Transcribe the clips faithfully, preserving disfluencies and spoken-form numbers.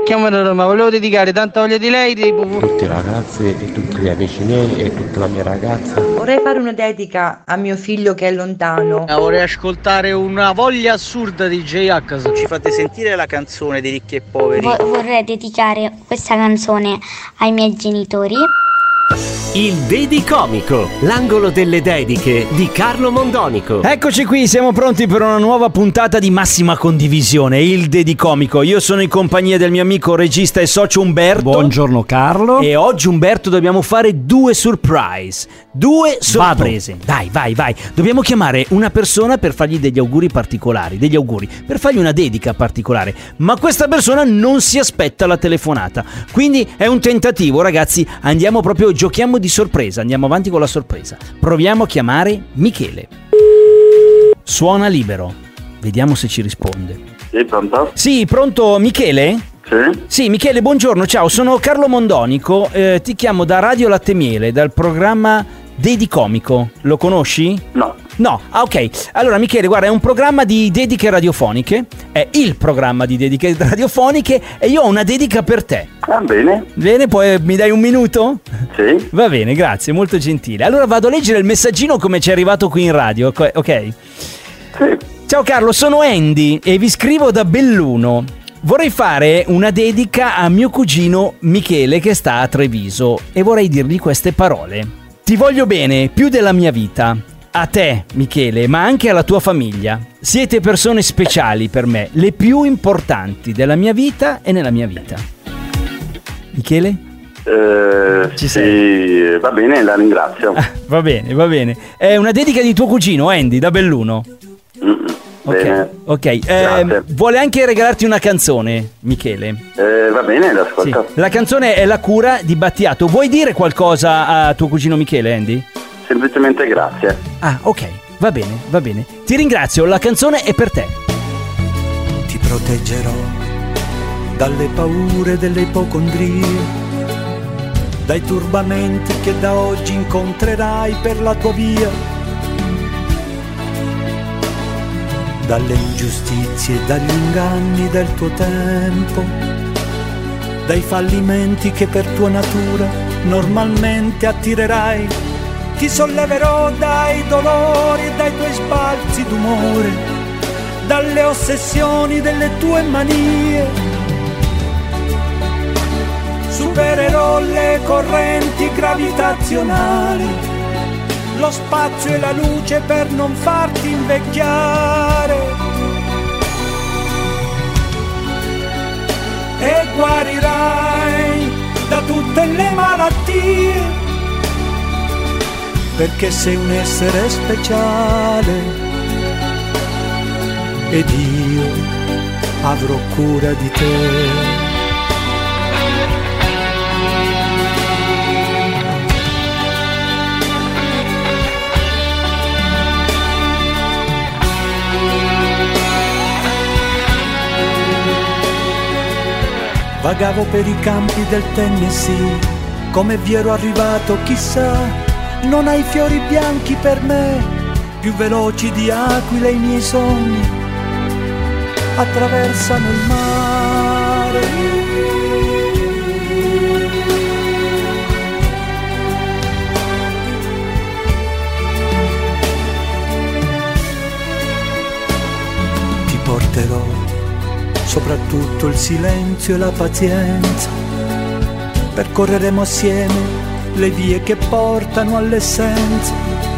chiamo da Roma, volevo dedicare tanta voglia di lei tutti i ragazzi e tutti gli amici miei e tutta la mia ragazza. Vorrei fare una dedica a mio figlio che è lontano. Vorrei ascoltare una voglia assurda di J-H. Ci fate sentire la canzone di Ricchi e Poveri? Vo- vorrei dedicare questa canzone ai miei genitori. Il Dedicomico, l'angolo delle dediche di Carlo Mondonico. Eccoci qui, siamo pronti per una nuova puntata di massima condivisione, il Dedicomico. Io sono in compagnia del mio amico regista e socio Umberto. Buongiorno Carlo. E oggi Umberto dobbiamo fare due surprise, due sorprese. Vado. Dai, vai, vai. Dobbiamo chiamare una persona per fargli degli auguri particolari, degli auguri, per fargli una dedica particolare. Ma questa persona non si aspetta la telefonata. Quindi è un tentativo, ragazzi. Andiamo proprio, giochiamo di sorpresa, andiamo avanti con la sorpresa. Proviamo a chiamare Michele. Suona libero. Vediamo se ci risponde. Sì, pronto? Sì, pronto Michele? Sì. Sì, Michele, buongiorno, ciao, sono Carlo Mondonico, eh, ti chiamo da Radio Latte Miele, dal programma Dedicomico. Lo conosci? No. No, ah, ok. Allora Michele, guarda, è un programma di dediche radiofoniche, è il programma di dediche radiofoniche e io ho una dedica per te. Ah, bene. Bene, poi mi dai un minuto? Sì. Va bene, grazie, molto gentile. Allora vado a leggere il messaggino come ci è arrivato qui in radio, ok? Sì. Ciao Carlo, sono Andy e vi scrivo da Belluno. Vorrei fare una dedica a mio cugino Michele che sta a Treviso e vorrei dirgli queste parole. Ti voglio bene, più della mia vita. A te, Michele, ma anche alla tua famiglia. Siete persone speciali per me, le più importanti della mia vita e nella mia vita. Michele? Eh, Ci sì, sei? va bene, la ringrazio. Ah, va bene, va bene. È una dedica di tuo cugino, Andy, da Belluno. Mm-mm. Ok, Bene. ok. Eh, vuole anche regalarti una canzone, Michele. Eh, va bene, l'ascolto. Sì. La canzone è La cura di Battiato. Vuoi dire qualcosa a tuo cugino Michele, Andy? Semplicemente grazie. Ah, ok, va bene, va bene. Ti ringrazio, la canzone è per te. Ti proteggerò dalle paure delle ipocondrie, dai turbamenti che da oggi incontrerai per la tua via, dalle ingiustizie e dagli inganni del tuo tempo, dai fallimenti che per tua natura normalmente attirerai. Ti solleverò dai dolori e dai tuoi sbalzi d'umore, dalle ossessioni delle tue manie. Supererò le correnti gravitazionali, lo spazio e la luce per non farti invecchiare. E guarirai da tutte le malattie, perché sei un essere speciale ed io avrò cura di te. Vagavo per i campi del Tennessee, come vi ero arrivato chissà. Non hai fiori bianchi per me, più veloci di aquile i miei sogni attraversano il mare. Ti porterò soprattutto il silenzio e la pazienza, percorreremo assieme le vie che portano all'essenza.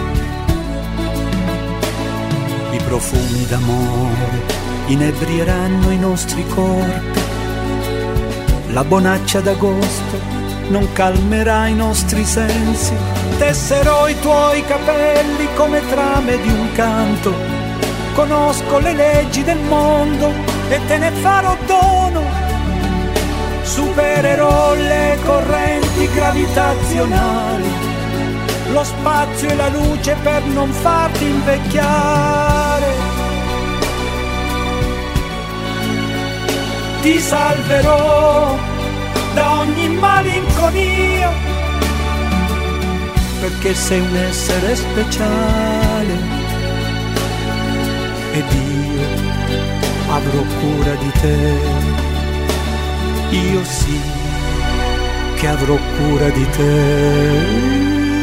I profumi d'amore inebrieranno i nostri corpi, la bonaccia d'agosto non calmerà i nostri sensi. Tesserò i tuoi capelli come trame di un canto, conosco le leggi del mondo e te ne farò dono. Supererò le correnti gravitazionali, lo spazio e la luce per non farti invecchiare. Ti salverò da ogni malinconia, perché sei un essere speciale ed io avrò cura di te. io sì che avrò cura di te.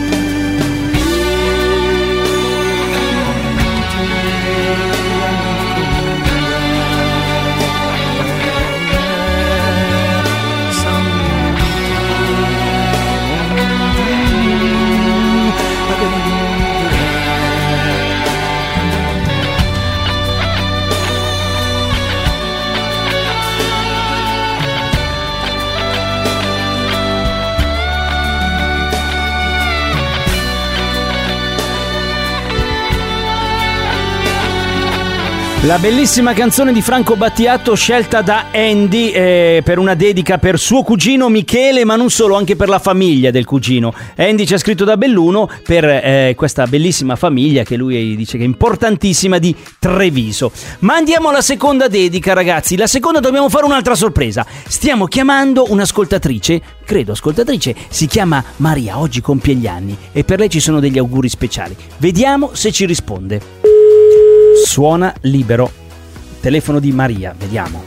La bellissima canzone di Franco Battiato scelta da Andy eh, per una dedica per suo cugino Michele, ma non solo, anche per la famiglia del cugino. Andy ci ha scritto da Belluno per eh, questa bellissima famiglia che lui dice che è importantissima, di Treviso. Ma andiamo alla seconda dedica, ragazzi. La seconda dobbiamo fare un'altra sorpresa. Stiamo chiamando un'ascoltatrice, credo ascoltatrice, si chiama Maria, oggi compie gli anni e per lei ci sono degli auguri speciali. Vediamo se ci risponde. Suona libero. Telefono di Maria, vediamo.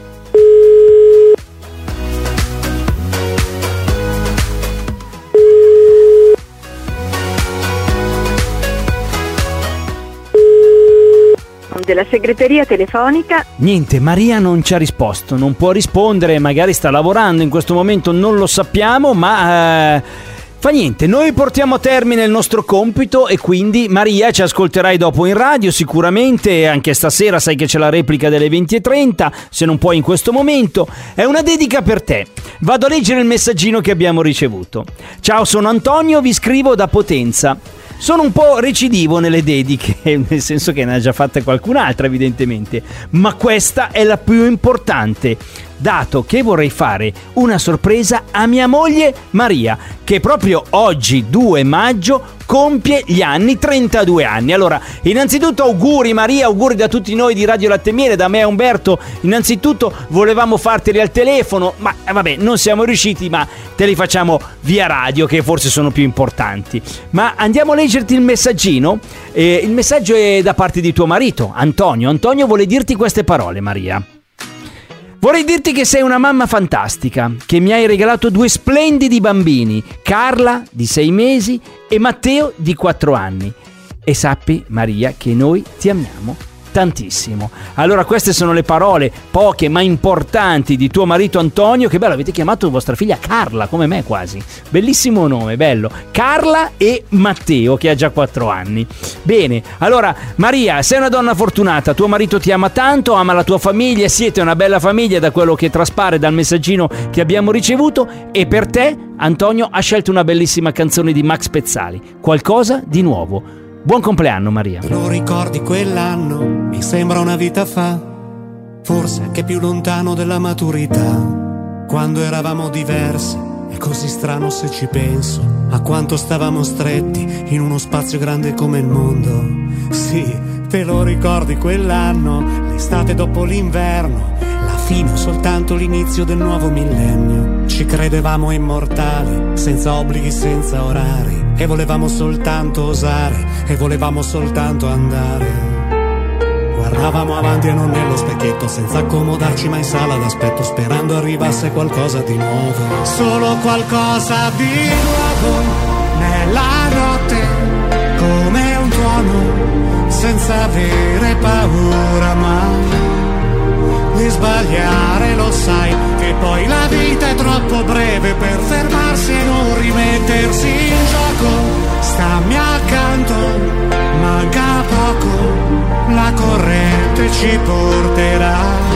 Della segreteria telefonica. Niente, Maria non ci ha risposto, non può rispondere, magari sta lavorando in questo momento, non lo sappiamo, ma eh, fa niente, noi portiamo a termine il nostro compito e quindi Maria ci ascolterai dopo in radio sicuramente, anche stasera sai che c'è la replica delle venti e trenta, se non puoi in questo momento. È una dedica per te. Vado a leggere il messaggino che abbiamo ricevuto. Ciao, sono Antonio, vi scrivo da Potenza. Sono un po' recidivo nelle dediche, nel senso che ne ha già fatte qualcun'altra evidentemente, ma questa è la più importante, dato che vorrei fare una sorpresa a mia moglie Maria, che proprio oggi, due maggio, compie gli anni, trentadue anni. Allora, innanzitutto auguri Maria, auguri da tutti noi di Radio Latte e Miele, da me e Umberto. Innanzitutto volevamo farteli al telefono, ma eh, vabbè, non siamo riusciti, ma te li facciamo via radio, che forse sono più importanti. Ma andiamo a leggerti il messaggino. Eh, il messaggio è da parte di tuo marito, Antonio. Antonio vuole dirti queste parole, Maria. Vorrei dirti che sei una mamma fantastica, che mi hai regalato due splendidi bambini, Carla di sei mesi e Matteo di quattro anni. E sappi, Maria, che noi ti amiamo tantissimo. Allora, queste sono le parole, poche ma importanti, di tuo marito Antonio. Che bello, avete chiamato vostra figlia Carla, come me quasi. Bellissimo nome, bello. Carla e Matteo, che ha già quattro anni. Bene, allora Maria, sei una donna fortunata, tuo marito ti ama tanto, ama la tua famiglia, siete una bella famiglia da quello che traspare dal messaggino che abbiamo ricevuto, e per te Antonio ha scelto una bellissima canzone di Max Pezzali, Qualcosa di nuovo. Buon compleanno, Maria. Te lo ricordi quell'anno? Mi sembra una vita fa, forse anche più lontano della maturità, quando eravamo diversi. È così strano se ci penso, a quanto stavamo stretti in uno spazio grande come il mondo. Sì, te lo ricordi quell'anno? L'estate dopo l'inverno, la fine o soltanto l'inizio del nuovo millennio. Ci credevamo immortali, senza obblighi, senza orari, e volevamo soltanto osare, e volevamo soltanto andare. Guardavamo avanti e non nello specchietto, senza accomodarci mai in sala d'aspetto, sperando arrivasse qualcosa di nuovo. Solo qualcosa di nuovo nella notte, come un tuono, senza avere paura mai di sbagliare. Lo sai che poi la vita è troppo breve per fermarsi e non rimettersi in gioco. Stammi accanto, manca poco, la corrente ci porterà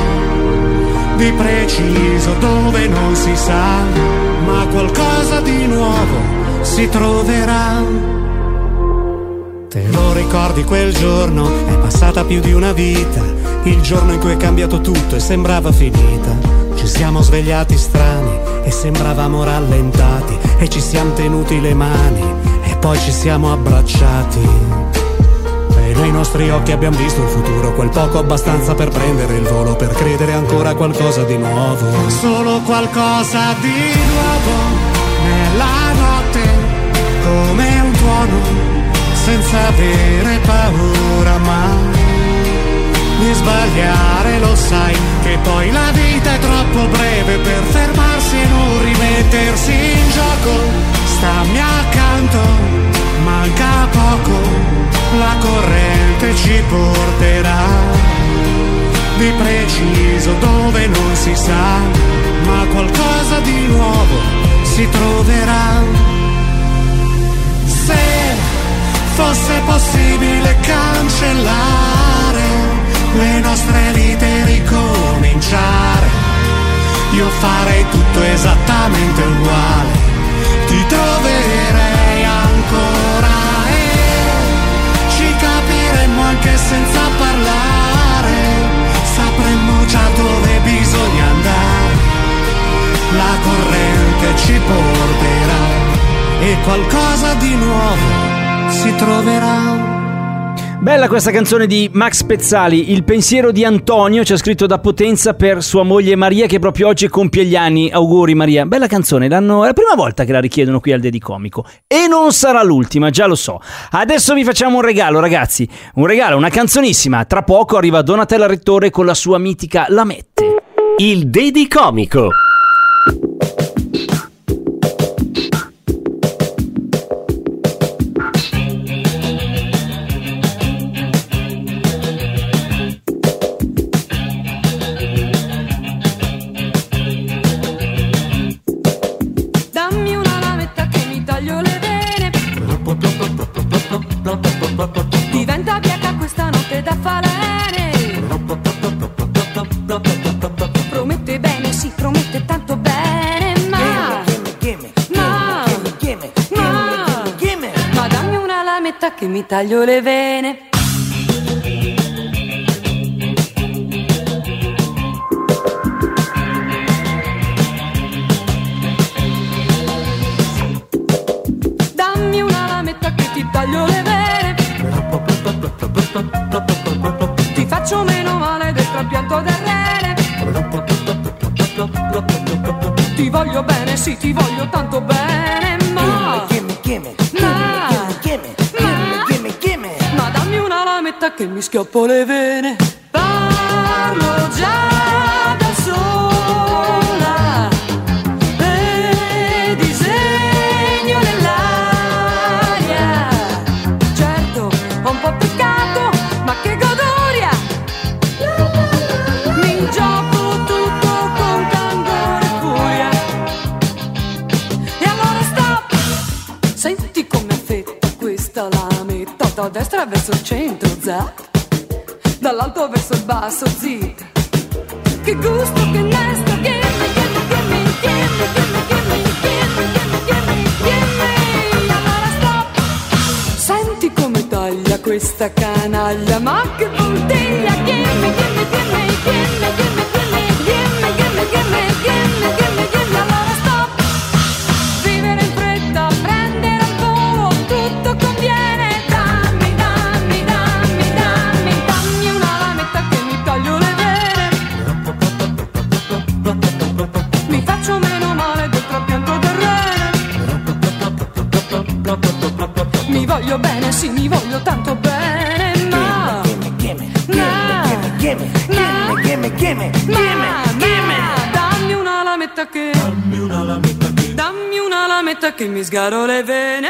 di preciso dove non si sa, ma qualcosa di nuovo si troverà. Te lo ricordi quel giorno? È passata più di una vita, il giorno in cui è cambiato tutto e sembrava finita. Ci siamo svegliati strani e sembravamo rallentati, e ci siamo tenuti le mani e poi ci siamo abbracciati. E nei nostri occhi abbiamo visto il futuro, quel poco abbastanza per prendere il volo, per credere ancora a qualcosa di nuovo. Solo qualcosa di nuovo nella notte, come un tuono, senza avere paura mai di sbagliare, lo sai che poi la vita è troppo breve per fermarsi e non rimettersi in gioco. Stammi accanto, manca poco, la corrente ci porterà di preciso dove non si sa, ma qualcosa di nuovo si troverà. Se fosse possibile cancellare le nostre vite e ricominciare, io farei tutto esattamente uguale, ti troverei ancora e ci capiremmo anche senza parlare, sapremmo già dove bisogna andare, la corrente ci porterà e qualcosa di nuovo si troverà. Bella questa canzone di Max Pezzali, Il pensiero di Antonio, c'è scritto da Potenza per sua moglie Maria che proprio oggi compie gli anni. Auguri Maria, bella canzone, l'hanno... è la prima volta che la richiedono qui al Dedicomico e non sarà l'ultima, già lo so. Adesso vi facciamo un regalo ragazzi, un regalo, una canzonissima. Tra poco arriva Donatella Rettore con la sua mitica La Mette. Il Dedicomico. Diventa bianca questa notte da falene. Promette bene, sì, promette tanto bene. Ma Ma Ma Ma dammi una lametta che mi taglio le vene. Dammi una lametta che ti taglio le vene. Ti faccio meno male del trapianto del rene. Ti voglio bene, sì, ti voglio tanto bene. Ma Ma Ma dammi una lametta che mi schioppo le vene. Parlo già da sola e disegno nell'aria. Certo, ho un po' peccato, ma che godoria! Mi gioco tutto con candore e furia. E allora stop! Senti come affetta questa lametta, da destra verso il centro, za, dall'alto verso il basso, zi. Che gusto, che nesto, gimme, gimme, gimme, gimme, gimme, gimme, gimme, gimme, gimme. Allora stop! Senti come taglia questa canaglia, ma che puntiglia! Gimme, gimme, gimme, gimme, gimme, gimme, gimme, gimme, gimme, gimme, gimme, gimme. Allora stop! Vivere in fretta, prendere al volo, tutto conviene. Dammi, dammi, dammi, dammi, dammi una lametta che mi taglio le vene. Mi faccio meno male del trapianto del rene. Mi voglio bene, sì, mi voglio tanto bene. Ma dammi una lametta che Dammi una lametta che Dammi una lametta che mi sgaro le vene.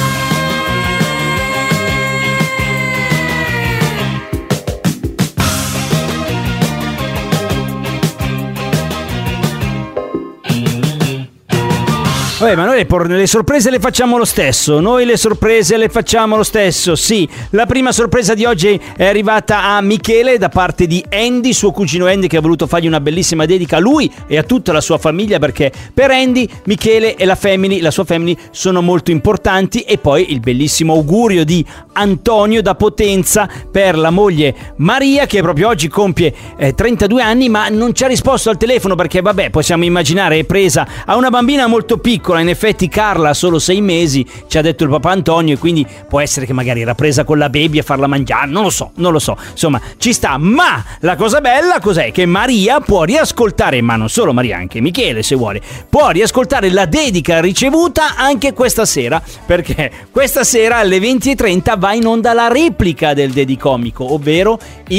Vabbè, ma noi le, por- le sorprese le facciamo lo stesso. Noi le sorprese le facciamo lo stesso, sì. La prima sorpresa di oggi è arrivata a Michele da parte di Andy, suo cugino Andy, che ha voluto fargli una bellissima dedica a lui e a tutta la sua famiglia, perché per Andy, Michele e la family, la sua family, sono molto importanti. E poi il bellissimo augurio di Antonio da Potenza per la moglie Maria, che proprio oggi compie eh, trentadue anni, ma non ci ha risposto al telefono perché, vabbè, possiamo immaginare, è presa a una bambina molto piccola. In effetti Carla ha solo sei mesi, ci ha detto il papà Antonio, e quindi può essere che magari era presa con la baby a farla mangiare, non lo so, non lo so, insomma ci sta. Ma la cosa bella cos'è? Che Maria può riascoltare, ma non solo Maria, anche Michele se vuole, può riascoltare la dedica ricevuta anche questa sera, perché questa sera alle venti e trenta va in onda la replica del Dedicomico, ovvero il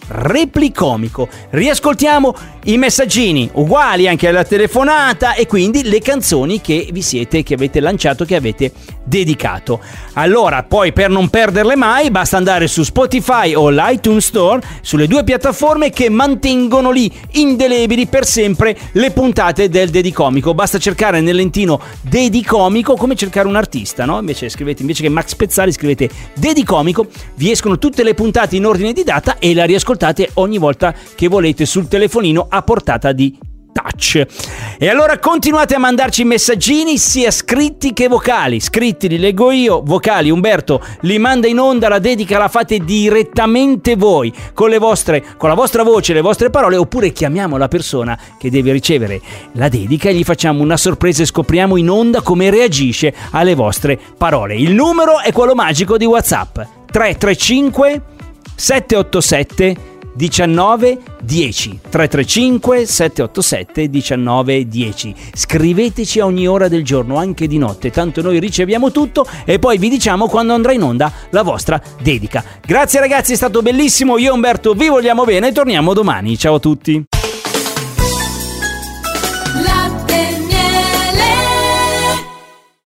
Replicomico. Riascoltiamo i messaggini uguali anche alla telefonata e quindi le canzoni che vi siete, che avete lanciato, che avete dedicato. Allora, poi per non perderle mai basta andare su Spotify o l'iTunes Store, sulle due piattaforme che mantengono lì indelebili per sempre le puntate del Dedicomico. Basta cercare nel lentino Dedicomico, come cercare un artista, no? Invece scrivete, invece che Max Pezzali scrivete Dedicomico, vi escono tutte le puntate in ordine di data e la riascoltate ogni volta che volete sul telefonino a portata di touch. E allora continuate a mandarci messaggini sia scritti che vocali. Scritti li leggo io, vocali Umberto li manda in onda, la dedica la fate direttamente voi con le vostre, con la vostra voce, le vostre parole, oppure chiamiamo la persona che deve ricevere la dedica e gli facciamo una sorpresa e scopriamo in onda come reagisce alle vostre parole. Il numero è quello magico di WhatsApp: tre tre cinque sette otto sette diciannove dieci tre tre cinque sette otto sette diciannove dieci. Scriveteci a ogni ora del giorno, anche di notte, tanto noi riceviamo tutto e poi vi diciamo quando andrà in onda la vostra dedica. Grazie ragazzi, è stato bellissimo. Io e Umberto vi vogliamo bene e torniamo domani. Ciao a tutti.